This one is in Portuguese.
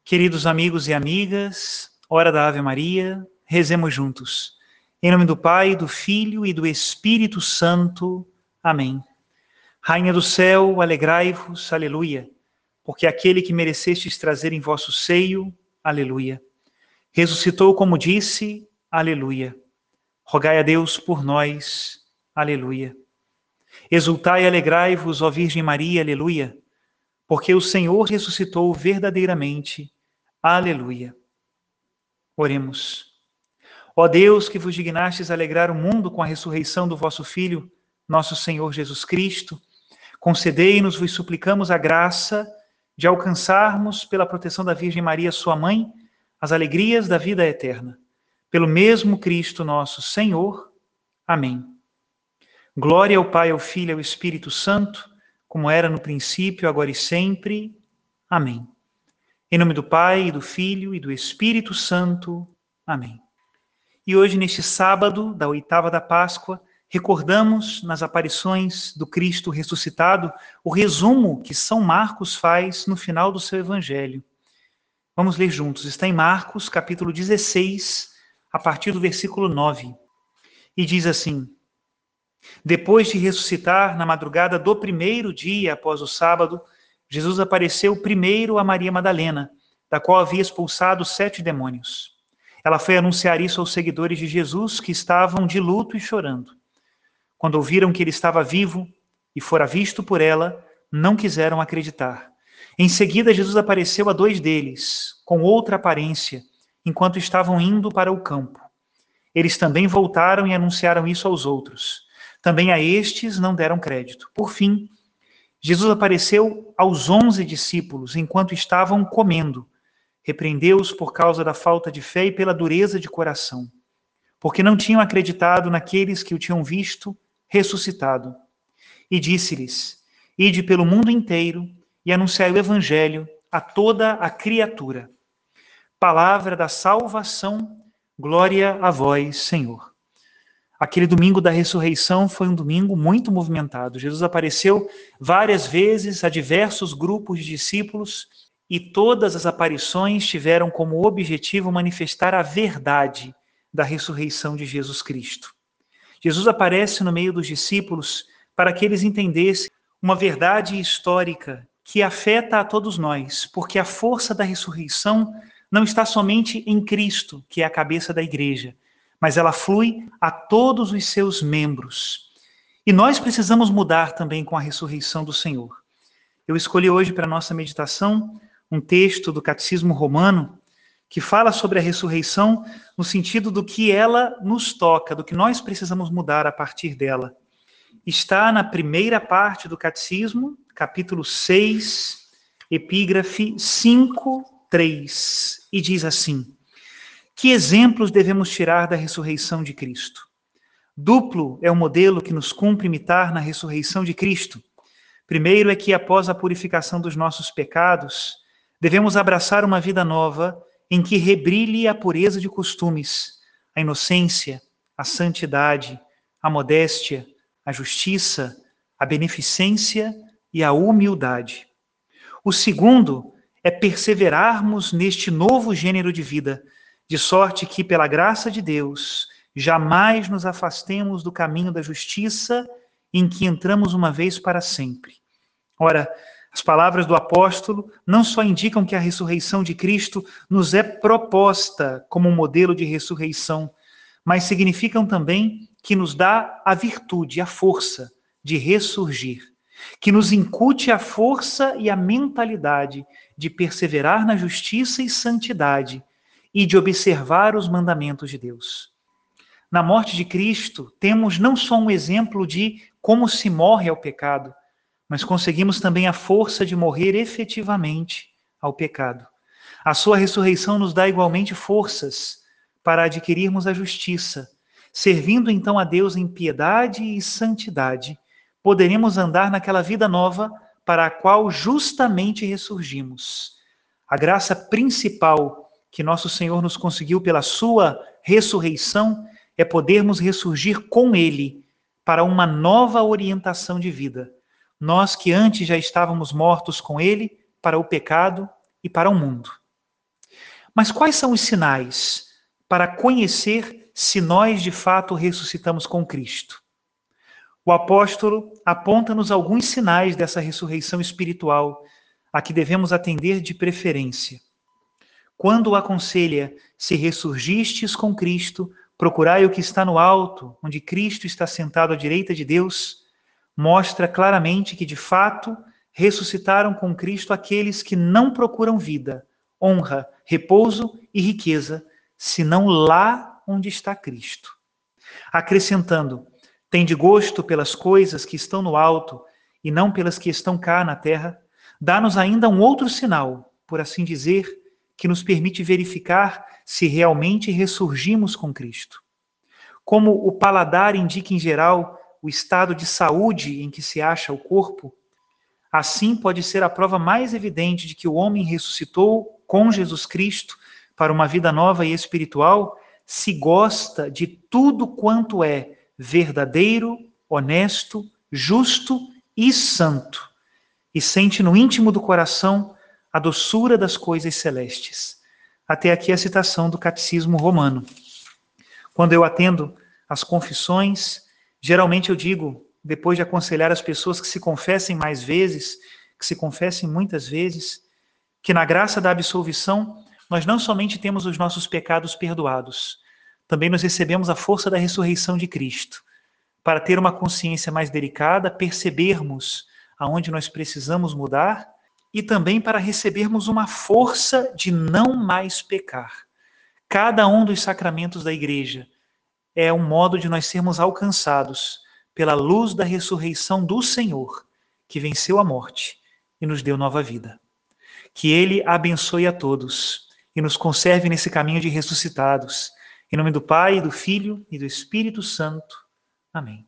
Queridos amigos e amigas, hora da Ave Maria, rezemos juntos. Em nome do Pai, do Filho e do Espírito Santo. Amém. Rainha do céu, alegrai-vos, aleluia, porque aquele que merecestes trazer em vosso seio, aleluia, ressuscitou como disse, aleluia. Rogai a Deus por nós, aleluia. Exultai e alegrai-vos, ó Virgem Maria, aleluia, porque o Senhor ressuscitou verdadeiramente, aleluia. Oremos. Ó Deus, que vos dignastes alegrar o mundo com a ressurreição do vosso Filho, nosso Senhor Jesus Cristo, concedei-nos, vos suplicamos, a graça de alcançarmos, pela proteção da Virgem Maria, sua mãe, as alegrias da vida eterna. Pelo mesmo Cristo nosso Senhor. Amém. Glória ao Pai, ao Filho e ao Espírito Santo, como era no princípio, agora e sempre. Amém. Em nome do Pai, e do Filho e do Espírito Santo. Amém. E hoje, neste sábado da oitava da Páscoa, recordamos nas aparições do Cristo ressuscitado o resumo que São Marcos faz no final do seu Evangelho. Vamos ler juntos. Está em Marcos, capítulo 16, a partir do versículo 9. E diz assim: Depois de ressuscitar na madrugada do primeiro dia após o sábado, Jesus apareceu primeiro a Maria Madalena, da qual havia expulsado 7 demônios. Ela foi anunciar isso aos seguidores de Jesus, que estavam de luto e chorando. Quando ouviram que ele estava vivo e fora visto por ela, não quiseram acreditar. Em seguida, Jesus apareceu a 2 deles, com outra aparência, enquanto estavam indo para o campo. Eles também voltaram e anunciaram isso aos outros. Também a estes não deram crédito. Por fim, Jesus apareceu aos 11 discípulos, enquanto estavam comendo. Repreendeu-os por causa da falta de fé e pela dureza de coração, porque não tinham acreditado naqueles que o tinham visto ressuscitado. E disse-lhes: Ide pelo mundo inteiro e anunciai o Evangelho a toda a criatura. Palavra da salvação, glória a vós, Senhor. Aquele domingo da ressurreição foi um domingo muito movimentado. Jesus apareceu várias vezes a diversos grupos de discípulos e todas as aparições tiveram como objetivo manifestar a verdade da ressurreição de Jesus Cristo. Jesus aparece no meio dos discípulos para que eles entendessem uma verdade histórica que afeta a todos nós, porque a força da ressurreição não está somente em Cristo, que é a cabeça da igreja, mas ela flui a todos os seus membros. E nós precisamos mudar também com a ressurreição do Senhor. Eu escolhi hoje para a nossa meditação um texto do Catecismo Romano que fala sobre a ressurreição no sentido do que ela nos toca, do que nós precisamos mudar a partir dela. Está na primeira parte do Catecismo, capítulo 6, epígrafe 5:3, e diz assim: Que exemplos devemos tirar da ressurreição de Cristo? Duplo é o modelo que nos cumpre imitar na ressurreição de Cristo. Primeiro é que, após a purificação dos nossos pecados, devemos abraçar uma vida nova em que rebrilhe a pureza de costumes, a inocência, a santidade, a modéstia, a justiça, a beneficência e a humildade. O segundo é perseverarmos neste novo gênero de vida, de sorte que, pela graça de Deus, jamais nos afastemos do caminho da justiça em que entramos uma vez para sempre. Ora, as palavras do apóstolo não só indicam que a ressurreição de Cristo nos é proposta como um modelo de ressurreição, mas significam também que nos dá a virtude, a força de ressurgir, que nos incute a força e a mentalidade de perseverar na justiça e santidade e de observar os mandamentos de Deus. Na morte de Cristo, temos não só um exemplo de como se morre ao pecado, mas conseguimos também a força de morrer efetivamente ao pecado. A sua ressurreição nos dá igualmente forças para adquirirmos a justiça. Servindo então a Deus em piedade e santidade, poderemos andar naquela vida nova para a qual justamente ressurgimos. A graça principal que nosso Senhor nos conseguiu pela sua ressurreição é podermos ressurgir com Ele para uma nova orientação de vida. Nós que antes já estávamos mortos com Ele para o pecado e para o mundo. Mas quais são os sinais para conhecer se nós de fato ressuscitamos com Cristo? O apóstolo aponta-nos alguns sinais dessa ressurreição espiritual a que devemos atender de preferência. Quando aconselha: se ressurgistes com Cristo, procurai o que está no alto, onde Cristo está sentado à direita de Deus, mostra claramente que, de fato, ressuscitaram com Cristo aqueles que não procuram vida, honra, repouso e riqueza, senão lá onde está Cristo. Acrescentando: tende gosto pelas coisas que estão no alto e não pelas que estão cá na terra, dá-nos ainda um outro sinal, por assim dizer, que nos permite verificar se realmente ressurgimos com Cristo. Como o paladar indica em geral o estado de saúde em que se acha o corpo, assim pode ser a prova mais evidente de que o homem ressuscitou com Jesus Cristo para uma vida nova e espiritual, se gosta de tudo quanto é verdadeiro, honesto, justo e santo, e sente no íntimo do coração a doçura das coisas celestes. Até aqui a citação do Catecismo Romano. Quando eu atendo as confissões, geralmente eu digo, depois de aconselhar as pessoas que se confessem mais vezes, que se confessem muitas vezes, que na graça da absolvição nós não somente temos os nossos pecados perdoados, também nós recebemos a força da ressurreição de Cristo, para ter uma consciência mais delicada, percebermos aonde nós precisamos mudar e também para recebermos uma força de não mais pecar. Cada um dos sacramentos da Igreja é um modo de nós sermos alcançados pela luz da ressurreição do Senhor, que venceu a morte e nos deu nova vida. Que Ele abençoe a todos e nos conserve nesse caminho de ressuscitados. Em nome do Pai, do Filho e do Espírito Santo. Amém.